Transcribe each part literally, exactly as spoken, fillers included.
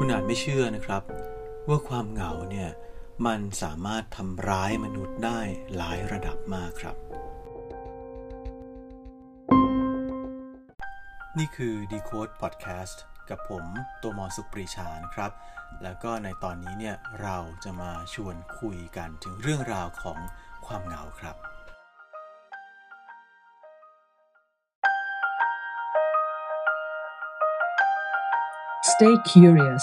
คุณอาจไม่เชื่อนะครับว่าความเหงาเนี่ยมันสามารถทำร้ายมนุษย์ได้หลายระดับมากครับนี่คือ Decode Podcast กับผมตัวมอสุขปรีชานะครับแล้วก็ในตอนนี้เนี่ยเราจะมาชวนคุยกันถึงเรื่องราวของความเหงาครับ Stay curious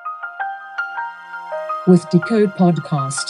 with Decode Podcast.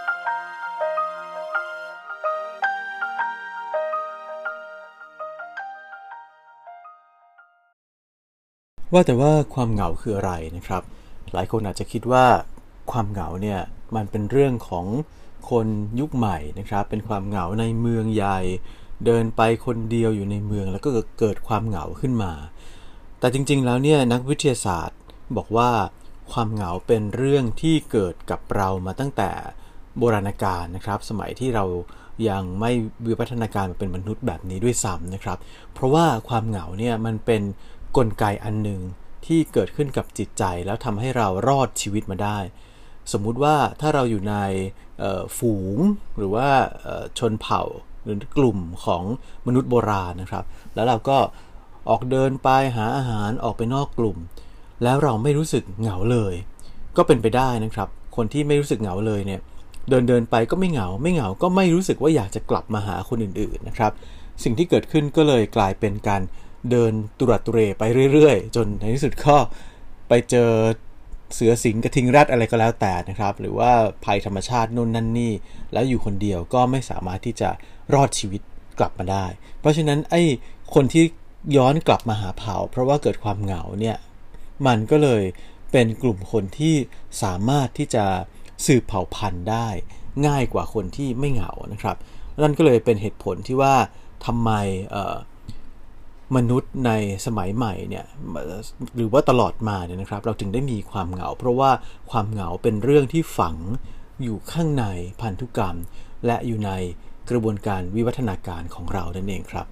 ว่าแต่ว่าความเหงาคืออะไรนะครับหลายคนอาจจะคิดว่าความเหงาเนี่ยมันเป็นเรื่องของคนยุคใหม่นะครับเป็นความเหงาในเมืองใหญ่เดินไปคนเดียวอยู่ในเมืองแล้วก็เกิดความเหงาขึ้นมาแต่จริงๆแล้วเนี่ยนักวิทยาศาสตร์บอกว่าความเหงาเป็นเรื่องที่เกิดกับเรามาตั้งแต่โบราณกาลนะครับสมัยที่เรายังไม่วิวัฒนาการมาเป็นมนุษย์แบบนี้ด้วยซ้ำนะครับเพราะว่าความเหงาเนี่ยมันเป็นกลไกอันหนึ่งที่เกิดขึ้นกับจิตใจแล้วทำให้เรารอดชีวิตมาได้สมมุติว่าถ้าเราอยู่ในฝูงหรือว่าชนเผ่าหรือกลุ่มของมนุษย์โบราณนะครับแล้วเราก็ออกเดินไปหาอาหารออกไปนอกกลุ่มแล้วเราไม่รู้สึกเหงาเลยก็เป็นไปได้นะครับคนที่ไม่รู้สึกเหงาเลยเนี่ยเดินเดินไปก็ไม่เหงาไม่เหงาก็ไม่รู้สึกว่าอยากจะกลับมาหาคนอื่นๆนะครับสิ่งที่เกิดขึ้นก็เลยกลายเป็นการเดินตุรัตุเรไปเรื่อยๆจนในที่สุดก็ไปเจอเสือสิงกระทิงแรดอะไรก็แล้วแต่นะครับหรือว่าภัยธรรมชาตินู่นนั่นนี่แล้วอยู่คนเดียวก็ไม่สามารถที่จะรอดชีวิตกลับมาได้เพราะฉะนั้นไอ้คนที่ย้อนกลับมาหาเผ่าเพราะว่าเกิดความเหงาเนี่ยมันก็เลยเป็นกลุ่มคนที่สามารถที่จะสืบเผ่าพันธุ์ได้ง่ายกว่าคนที่ไม่เหงานะครับนั่นก็เลยเป็นเหตุผลที่ว่าทำไมมนุษย์ในสมัยใหม่เนี่ยหรือว่าตลอดมาเนี่ยนะครับเราจึงได้มีความเหงาเพราะว่าความเหงาเป็นเรื่องที่ฝังอยู่ข้างในพันธุกรรมและอยู่ในกระบวนการวิวัฒนาการของเรานั่นเองครับ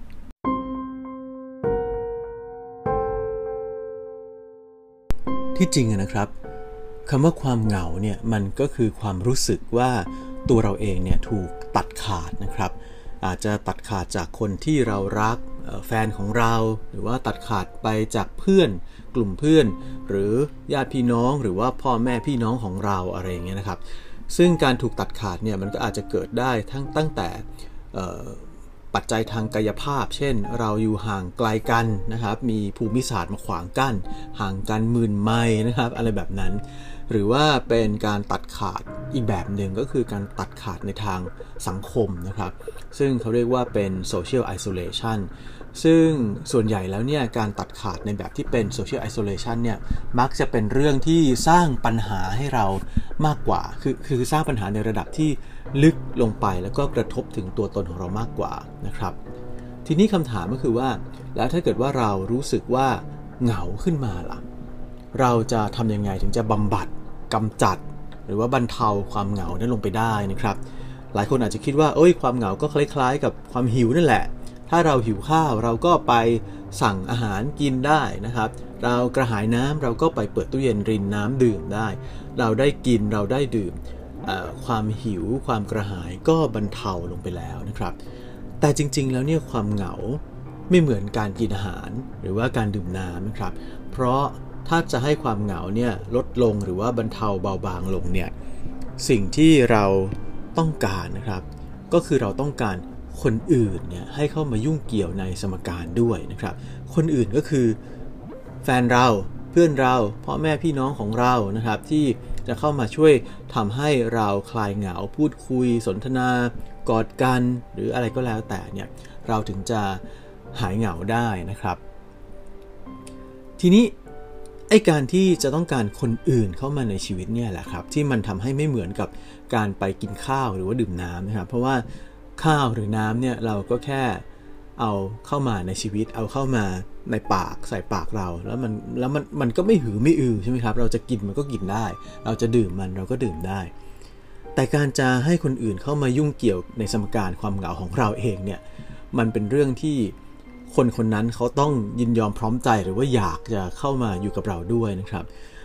ที่จริงนะครับคำว่าความเหงาเนี่ยมันก็คือความรู้สึกว่าตัวเราเองเนี่ยถูกตัดขาดนะครับอาจจะตัดขาดจากคนที่เรารักแฟนของเราหรือว่าตัดขาดไปจากเพื่อนกลุ่มเพื่อนหรือญาติพี่น้องหรือว่าพ่อแม่พี่น้องของเราอะไรอย่างเงี้ยนะครับซึ่งการถูกตัดขาดเนี่ยมันก็อาจจะเกิดได้ทั้งตั้งแต่ปัจจัยทางกายภาพเช่นเราอยู่ห่างไกลกันนะครับมีภูมิศาสตร์มาขวางกั้นห่างกันหมื่นไมล์นะครับอะไรแบบนั้นหรือว่าเป็นการตัดขาดอีกแบบหนึ่งก็คือการตัดขาดในทางสังคมนะครับซึ่งเขาเรียกว่าเป็น social isolation ซึ่งส่วนใหญ่แล้วเนี่ยการตัดขาดในแบบที่เป็น social isolation เนี่ยมักจะเป็นเรื่องที่สร้างปัญหาให้เรามากกว่าคือคือสร้างปัญหาในระดับที่ลึกลงไปแล้วก็กระทบถึงตัวตนของเรามากกว่านะครับทีนี้คำถามก็คือว่าแล้วถ้าเกิดว่าเรารู้สึกว่าเหงาขึ้นมาล่ะเราจะทำยังไงถึงจะบำบัดกำจัดหรือว่าบรรเทาความเหงานั้นลงไปได้นะครับหลายคนอาจจะคิดว่าเอ้ยความเหงาก็คล้ายๆกับความหิวนั่นแหละถ้าเราหิวข้าวเราก็ไปสั่งอาหารกินได้นะครับเรากระหายน้ำเราก็ไปเปิดตู้เย็นรินน้ำดื่มได้เราได้กินเราได้ดื่มความหิวความกระหายก็บรรเทาลงไปแล้วนะครับแต่จริงๆแล้วเนี่ยความเหงาไม่เหมือนการกินอาหารหรือว่าการดื่มน้ำนะครับเพราะถ้าจะให้ความเหงาเนี่ยลดลงหรือว่าบรรเทาเบาบางลงเนี่ยสิ่งที่เราต้องการนะครับก็คือเราต้องการคนอื่นเนี่ยให้เข้ามายุ่งเกี่ยวในสมการด้วยนะครับคนอื่นก็คือแฟนเราเพื่อนเราพ่อแม่พี่น้องของเรานะครับที่จะเข้ามาช่วยทำให้เราคลายเหงาพูดคุยสนทนากอดกันหรืออะไรก็แล้วแต่เนี่ยเราถึงจะหายเหงาได้นะครับทีนี้ไอ้การที่จะต้องการคนอื่นเข้ามาในชีวิตเนี่ยแหละครับที่มันทำให้ไม่เหมือนกับการไปกินข้าวหรือว่าดื่มน้ำนะครับเพราะว่าข้าวหรือน้ำเนี่ยเราก็แค่เอาเข้ามาในชีวิตเอาเข้ามาในปากใส่ปากเราแล้วมันแล้วมันมันก็ไม่หือไม่อือใช่ไหมครับเราจะกินมันก็กินได้เราจะดื่มมันเราก็ดื่มได้แต่การจะให้คนอื่นเข้ามายุ่งเกี่ยวในสมการความเหงาของเราเองเนี่ยมันเป็นเรื่องที่คนคนนั้นเขาต้องยินยอมพร้อมใจหรือว่าอยากจะเข้ามาอยู่กับเราด้วยนะครับ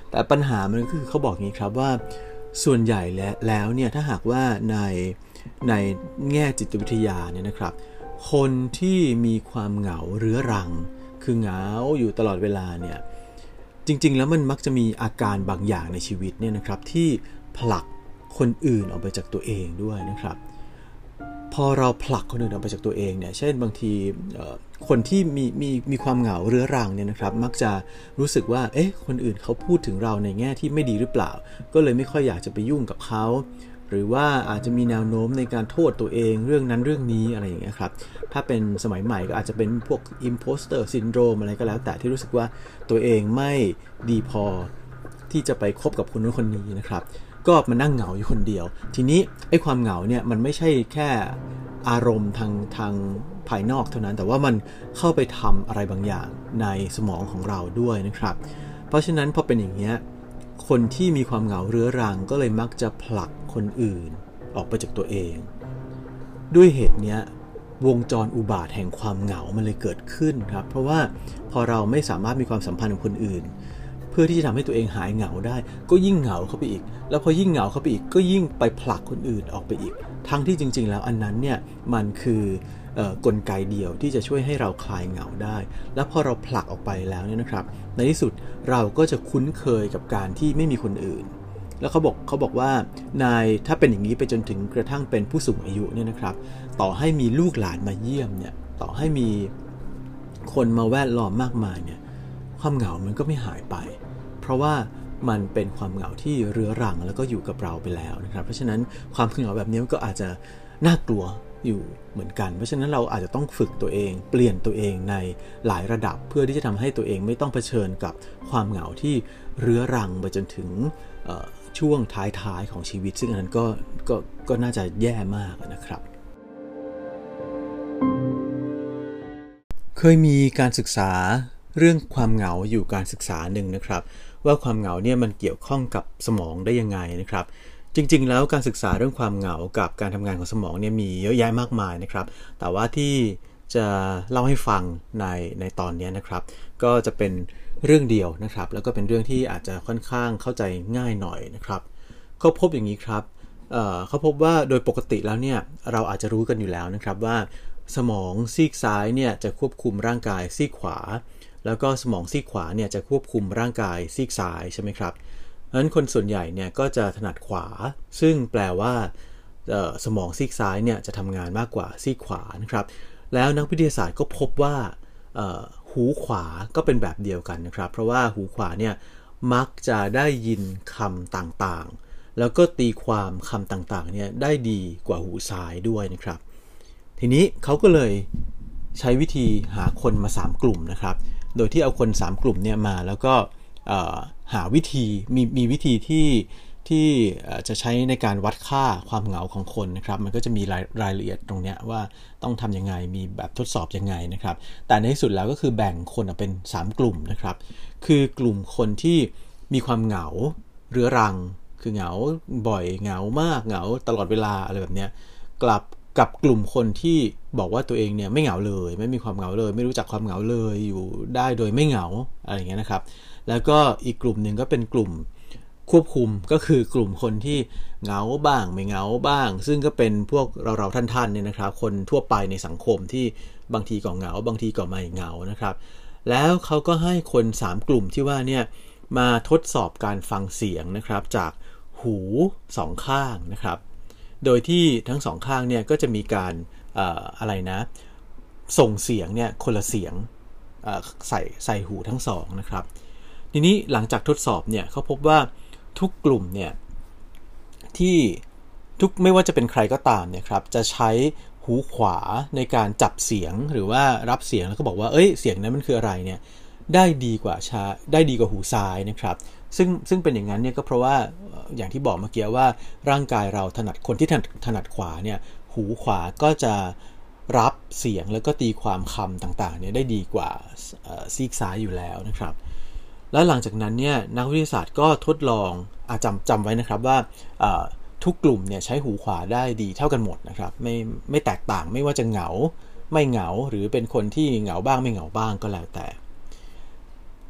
แต่ปัญหามันก็คือเขาบอกงี้ครับว่าส่วนใหญ่แล้วเนี่ยถ้าหากว่าในในแง่จิตวิทยาเนี่ยนะครับคนที่มีความเหงาเรื้อรังคือเหงาอยู่ตลอดเวลาเนี่ยจริงๆแล้วมันมักจะมีอาการบางอย่างในชีวิตเนี่ยนะครับที่ผลักคนอื่นออกไปจากตัวเองด้วยนะครับพอเราผลักคนอื่นออกไปจากตัวเองเนี่ยเช่นบางทีคนที่มีมีมีความเหงาเรื้อรังเนี่ยนะครับมักจะรู้สึกว่าเอ๊ะคนอื่นเขาพูดถึงเราในแง่ที่ไม่ดีหรือเปล่าก็เลยไม่ค่อยอยากจะไปยุ่งกับเขาหรือว่าอาจจะมีแนวโน้มในการโทษตัวเองเรื่องนั้นเรื่องนี้อะไรอย่างเงี้ยครับถ้าเป็นสมัยใหม่ก็อาจจะเป็นพวก imposter syndrome อะไรก็แล้วแต่ที่รู้สึกว่าตัวเองไม่ดีพอที่จะไปคบกับคนนู้นคนนี้นะครับก็มานั่งเหงาอยู่คนเดียวทีนี้ไอ้ความเหงาเนี่ยมันไม่ใช่แค่อารมณ์ทางทางภายนอกเท่านั้นแต่ว่ามันเข้าไปทำอะไรบางอย่างในสมองของเราด้วยนะครับเพราะฉะนั้นพอเป็นอย่างเงี้ยคนที่มีความเหงาเรื้อรังก็เลยมักจะผลักคนอื่นออกไปจากตัวเองด้วยเหตุเนี้ยวงจรอุบาทแห่งความเหงามันเลยเกิดขึ้นครับเพราะว่าพอเราไม่สามารถมีความสัมพันธ์กับคนอื่นเพื่อที่จะทำให้ตัวเองหายเหงาได้ก็ยิ่งเหงาเข้าไปอีกแล้วพอยิ่งเหงาเข้าไปอีกก็ยิ่งไปผลักคนอื่นออกไปอีกทั้งที่จริงๆแล้วอันนั้นเนี่ยมันคือกลไกเดียวที่จะช่วยให้เราคลายเหงาได้แล้วพอเราผลักออกไปแล้วเนี่ยนะครับในที่สุดเราก็จะคุ้นเคยกับการที่ไม่มีคนอื่นแล้วเขาบอกเขาบอกว่านายถ้าเป็นอย่างนี้ไปจนถึงกระทั่งเป็นผู้สูงอายุเนี่ยนะครับต่อให้มีลูกหลานมาเยี่ยมเนี่ยต่อให้มีคนมาแวดล้อมมากมายเนี่ยความเหงามันก็ไม่หายไปเพราะว่ามันเป็นความเหงาที่เรื้อรังแล้วก็อยู่กับเราไปแล้วนะครับเพราะฉะนั้นความเหงาแบบนี้ก็อาจจะน่ากลัวอยู่เหมือนกันเพราะฉะนั้นเราอาจจะต้องฝึกตัวเองเปลี่ยนตัวเองในหลายระดับเพื่อที่จะทำให้ตัวเองไม่ต้องเผชิญกับความเหงาที่เรื้อรังไปจนถึงช่วงท้ายๆของชีวิตซึ่งอันนั้นก็ก็ก็น่าจะแย่มากนะครับเคยมีการศึกษาเรื่องความเหงาอยู่การศึกษาหนึ่งนะครับว่าความเหงาเนี่ยมันเกี่ยวข้องกับสมองได้ยังไงนะครับจริงๆแล้วการศึกษาเรื่องความเหงากับการทำงานของสมองเนี่ยมีเยอะแยะมากมายนะครับแต่ว่าที่จะเล่าให้ฟังในในตอนนี้นะครับก็จะเป็นเรื่องเดียวนะครับแล้วก็เป็นเรื่องที่อาจจะค่อนข้างเข้าใจง่ายหน่อยนะครับเขาพบอย่างนี้ครับ เอ่อ เขาพบว่าโดยปกติแล้วเนี่ยเราอาจจะรู้กันอยู่แล้วนะครับว่าสมองซีกซ้ายเนี่ยจะควบคุมร่างกายซีกขวาแล้วก็สมองซีกขวาเนี่ยจะควบคุมร่างกายซีกซ้ายใช่ไหมครับเพราะฉะนั้นคนส่วนใหญ่เนี่ยก็จะถนัดขวาซึ่งแปลว่าสมองซีกซ้ายเนี่ยจะทำงานมากกว่าซีกขวานะครับแล้วนักวิทยาศาสตร์ก็พบว่าหูขวาก็เป็นแบบเดียวกันนะครับเพราะว่าหูขวาเนี่ยมักจะได้ยินคำต่างๆแล้วก็ตีความคำต่างๆเนี่ยได้ดีกว่าหูซ้ายด้วยนะครับทีนี้เขาก็เลยใช้วิธีหาคนมาสามกลุ่มนะครับโดยที่เอาคนสามกลุ่มเนี่ยมาแล้วก็หาวิธีมีมีวิธีที่ที่จะใช้ในการวัดค่าความเหงาของคนนะครับมันก็จะมีรายรายละเอียดตรงนี้ว่าต้องทำยังไงมีแบบทดสอบยังไงนะครับแต่ในที่สุดแล้วก็คือแบ่งคนออกเป็นสามกลุ่มนะครับคือกลุ่มคนที่มีความเหงาเรื้อรังคือเหงาบ่อยเหงามากเหงาตลอดเวลาอะไรแบบนี้กลับกับกลุ่มคนที่บอกว่าตัวเองเนี่ยไม่เหงาเลยไม่มีความเหงาเลยไม่รู้จักความเหงาเลยอยู่ได้โดยไม่เหงาอะไรอย่างเงี้ยนะครับแล้วก็อีกกลุ่มหนึ่งก็เป็นกลุ่มควบคุมก็คือกลุ่มคนที่เหงาบ้างไม่เหงาบ้างซึ่งก็เป็นพวกเราๆท่านๆเนี่ยนะครับคนทั่วไปในสังคมที่บางทีก็เหงาบางทีก็ไม่เหงานะครับแล้วเขาก็ให้คนสามกลุ่มที่ว่าเนี่ยมาทดสอบการฟังเสียงนะครับจากหูสองข้างนะครับโดยที่ทั้งสองข้างเนี่ยก็จะมีการเอ่ออะไรนะส่งเสียงเนี่ยคนละเสียงเอ่อใส่ใส่หูทั้งสองนะครับทีนี้หลังจากทดสอบเนี่ยเขาพบว่าทุกกลุ่มเนี่ยที่ทุกไม่ว่าจะเป็นใครก็ตามเนี่ยครับจะใช้หูขวาในการจับเสียงหรือว่ารับเสียงแล้วก็บอกว่าเอ้ยเสียงนั้นมันคืออะไรเนี่ยได้ดีกว่าชาได้ดีกว่าหูซ้ายนะครับซึ่งซึ่งเป็นอย่างนั้นเนี่ยก็เพราะว่าอย่างที่บอกเมื่อกี้ว่าร่างกายเราถนัดคนที่ถนัดถนัดขวาเนี่ยหูขวาก็จะรับเสียงแล้วก็ตีความคำต่างๆเนี่ยได้ดีกว่าซีกซ้ายอยู่แล้วนะครับแล้วหลังจากนั้นเนี่ยนักวิทยาศาสตร์ก็ทดลองอ่ะจำจำไว้นะครับว่าทุกกลุ่มเนี่ยใช้หูขวาได้ดีเท่ากันหมดนะครับไม่ไม่แตกต่างไม่ว่าจะเหงาไม่เหงาหรือเป็นคนที่เหงาบ้างไม่เหงาบ้างก็แล้วแต่ท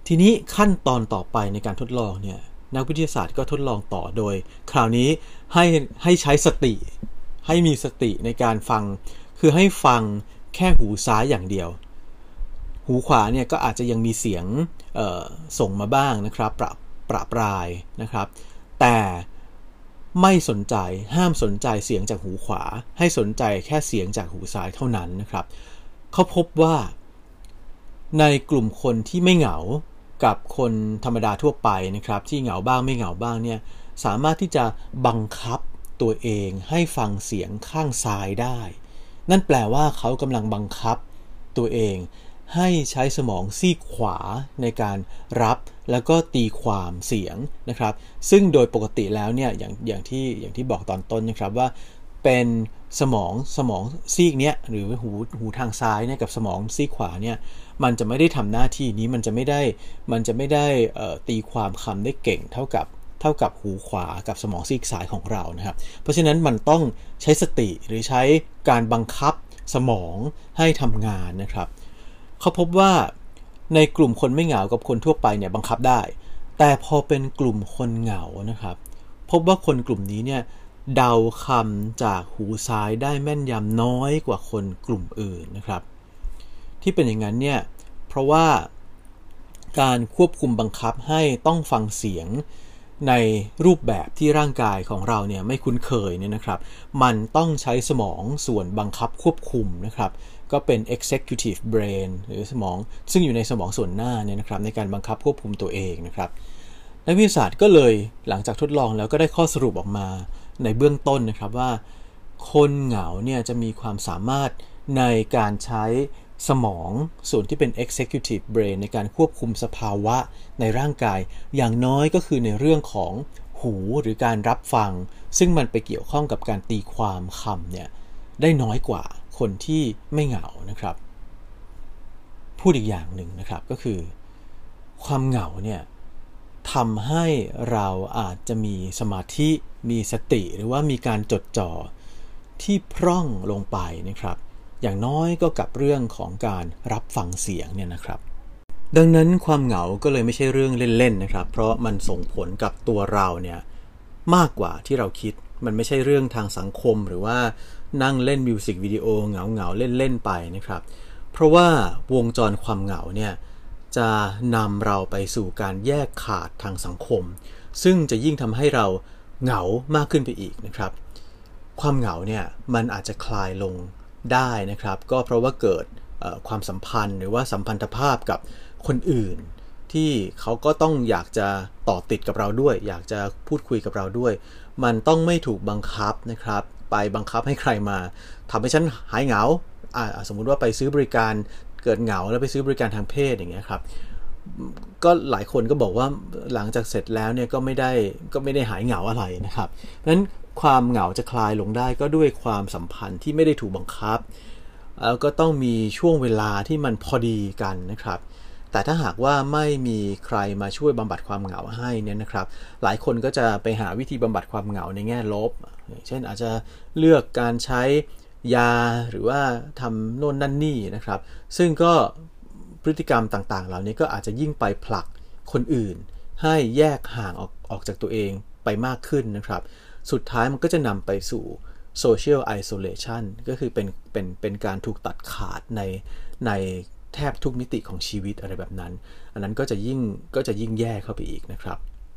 ทีนี้ขั้นตอนต่อไปในการทดลองเนี่ยนักวิทยาศาสตร์ก็ทดลองต่อโดยคราวนี้ให้ให้ใช้สติให้มีสติในการฟังคือให้ฟังแค่หูซ้ายอย่างเดียวหูขวาเนี่ยก็อาจจะยังมีเสียงส่งมาบ้างนะครับประประปรายนะครับแต่ไม่สนใจห้ามสนใจเสียงจากหูขวาให้สนใจแค่เสียงจากหูซ้ายเท่านั้นนะครับเขาพบว่าในกลุ่มคนที่ไม่เหงากับคนธรรมดาทั่วไปนะครับที่เหงาบ้างไม่เหงาบ้างเนี่ยสามารถที่จะบังคับตัวเองให้ฟังเสียงข้างซ้ายได้นั่นแปลว่าเขากำลังบังคับตัวเองให้ใช้สมองซีกขวาในการรับแล้วก็ตีความเสียงนะครับซึ่งโดยปกติแล้วเนี่ยอย่างอย่างที่อย่างที่บอกตอนต้นนะครับว่าเป็นสมองสมองซีกเนี้ยหรือหูหูทางซ้ายเนี่ยกับสมองซีกขวาเนี่ยมันจะไม่ได้ทำหน้าที่นี้มันจะไม่ได้มันจะไม่ได้ตีความคำได้เก่งเท่ากับเท่ากับหูขวากับสมองซีกซ้ายของเรานะครับเพราะฉะนั้นมันต้องใช้สติหรือใช้การบังคับสมองให้ทำงานนะครับเขาพบว่าในกลุ่มคนไม่เหงากับคนทั่วไปเนี่ยบังคับได้แต่พอเป็นกลุ่มคนเหงานะครับพบว่าคนกลุ่มนี้เนี่ยเดาคำจากหูซ้ายได้แม่นยำน้อยกว่าคนกลุ่มอื่นนะครับที่เป็นอย่างนั้นเนี่ยเพราะว่าการควบคุมบังคับให้ต้องฟังเสียงในรูปแบบที่ร่างกายของเราเนี่ยไม่คุ้นเคยเนี่ยนะครับมันต้องใช้สมองส่วนบังคับควบคุมนะครับก็เป็น executive brain หรือสมองซึ่งอยู่ในสมองส่วนหน้าเนี่ยนะครับในการบังคับควบคุมตัวเองนะครับนักวิทยาศาสตร์ก็เลยหลังจากทดลองแล้วก็ได้ข้อสรุปออกมาในเบื้องต้นนะครับว่าคนเหงาเนี่ยจะมีความสามารถในการใช้สมองส่วนที่เป็น executive brain ในการควบคุมสภาวะในร่างกายอย่างน้อยก็คือในเรื่องของหูหรือการรับฟังซึ่งมันไปเกี่ยวข้องกับการตีความคำเนี่ยได้น้อยกว่าคนที่ไม่เหงานะครับพูดอีกอย่างหนึ่งนะครับก็คือความเหงาเนี่ยทำให้เราอาจจะมีสมาธิมีสติหรือว่ามีการจดจ่อที่พร่องลงไปนะครับอย่างน้อยก็กับเรื่องของการรับฟังเสียงเนี่ยนะครับดังนั้นความเหงาก็เลยไม่ใช่เรื่องเล่นๆนะครับเพราะมันส่งผลกับตัวเราเนี่ยมากกว่าที่เราคิดมันไม่ใช่เรื่องทางสังคมหรือว่านั่งเล่นมิวสิกวิดีโอเหงาๆเล่นๆไปนะครับเพราะว่าวงจรความเหงาเนี่ยจะนำเราไปสู่การแยกขาดทางสังคมซึ่งจะยิ่งทำให้เราเหงามากขึ้นไปอีกนะครับความเหงาเนี่ยมันอาจจะคลายลงได้นะครับก็เพราะว่าเกิดความสัมพันธ์หรือว่าสัมพันธภาพกับคนอื่นที่เขาก็ต้องอยากจะต่อติดกับเราด้วยอยากจะพูดคุยกับเราด้วยมันต้องไม่ถูกบังคับนะครับไปบังคับให้ใครมาทำให้ฉันหายเหงาสมมุติว่าไปซื้อบริการเกิดเหงาแล้วไปซื้อบริการทางเพศอย่างเงี้ยครับก็หลายคนก็บอกว่าหลังจากเสร็จแล้วเนี่ยก็ไม่ได้ก็ไม่ได้หายเหงาอะไรนะครับเพราะฉะนั้นความเหงาจะคลายลงได้ก็ด้วยความสัมพันธ์ที่ไม่ได้ถูกบังคับแล้วก็ต้องมีช่วงเวลาที่มันพอดีกันนะครับแต่ถ้าหากว่าไม่มีใครมาช่วยบำบัดความเหงาให้เนี่ยนะครับหลายคนก็จะไปหาวิธีบำบัดความเหงาในแง่ลบเช่นอาจจะเลือกการใช้ยาหรือว่าทำโน่นนั่นนี่นะครับซึ่งก็พฤติกรรมต่างๆเหล่านี้ก็อาจจะยิ่งไปผลักคนอื่นให้แยกห่างออกออกจากตัวเองไปมากขึ้นนะครับสุดท้ายมันก็จะนำไปสู่ social isolation ก็คือเป็นเป็นเป็นการถูกตัดขาดในในแทบทุกมิติของชีวิตอะไรแบบนั้นอันนั้นก็จะยิ่งก็จะยิ่งแย่เข้าไปอีกนะครับ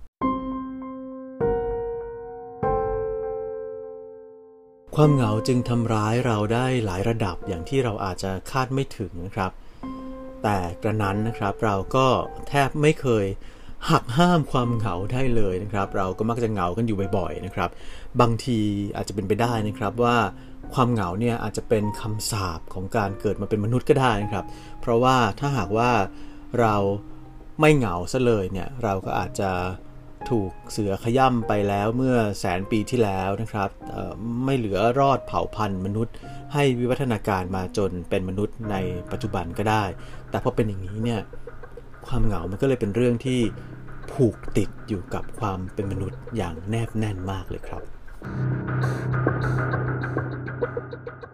ความเหงาจึงทำร้ายเราได้หลายระดับอย่างที่เราอาจจะคาดไม่ถึงนะครับแต่กระนั้นนะครับเราก็แทบไม่เคยหักห้ามความเหงาได้เลยนะครับเราก็มักจะเหงากันอยู่บ่อยๆนะครับบางทีอาจจะเป็นไปได้นะครับว่าความเหงาเนี่ยอาจจะเป็นคำสาปของการเกิดมาเป็นมนุษย์ก็ได้นะครับเพราะว่าถ้าหากว่าเราไม่เหงาซะเลยเนี่ยเราก็อาจจะถูกเสือขย่ำไปแล้วเมื่อแสนปีที่แล้วนะครับไม่เหลือรอดเผ่าพันธุ์มนุษย์ให้วิวัฒนาการมาจนเป็นมนุษย์ในปัจจุบันก็ได้แต่พอเป็นอย่างนี้เนี่ยความเหงามันก็เลยเป็นเรื่องที่ผูกติดอยู่กับความเป็นมนุษย์อย่างแนบแน่นมากเลยครับ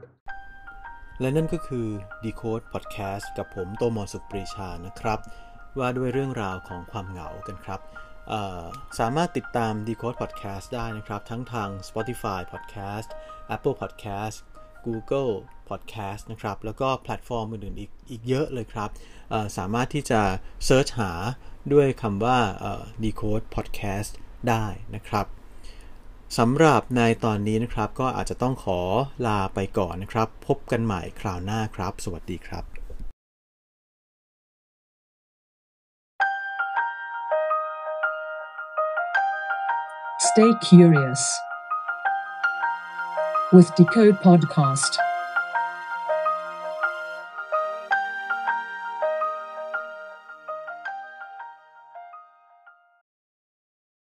และนั่นก็คือ Decode Podcast กับผมโตมอนสุขปรีชานะครับว่าด้วยเรื่องราวของความเหงากันครับสามารถติดตาม Decode Podcast ได้นะครับทั้งทาง Spotify Podcast Apple Podcast Google Podcast นะครับแล้วก็แพลตฟอร์มอื่นๆอีกอีกเยอะเลยครับสามารถที่จะเซิร์ชหาด้วยคำว่า Decode Podcast ได้นะครับสำหรับในตอนนี้นะครับก็อาจจะต้องขอลาไปก่อนนะครับพบกันใหม่คราวหน้าครับสวัสดีครับ Stay curious with Decode Podcast.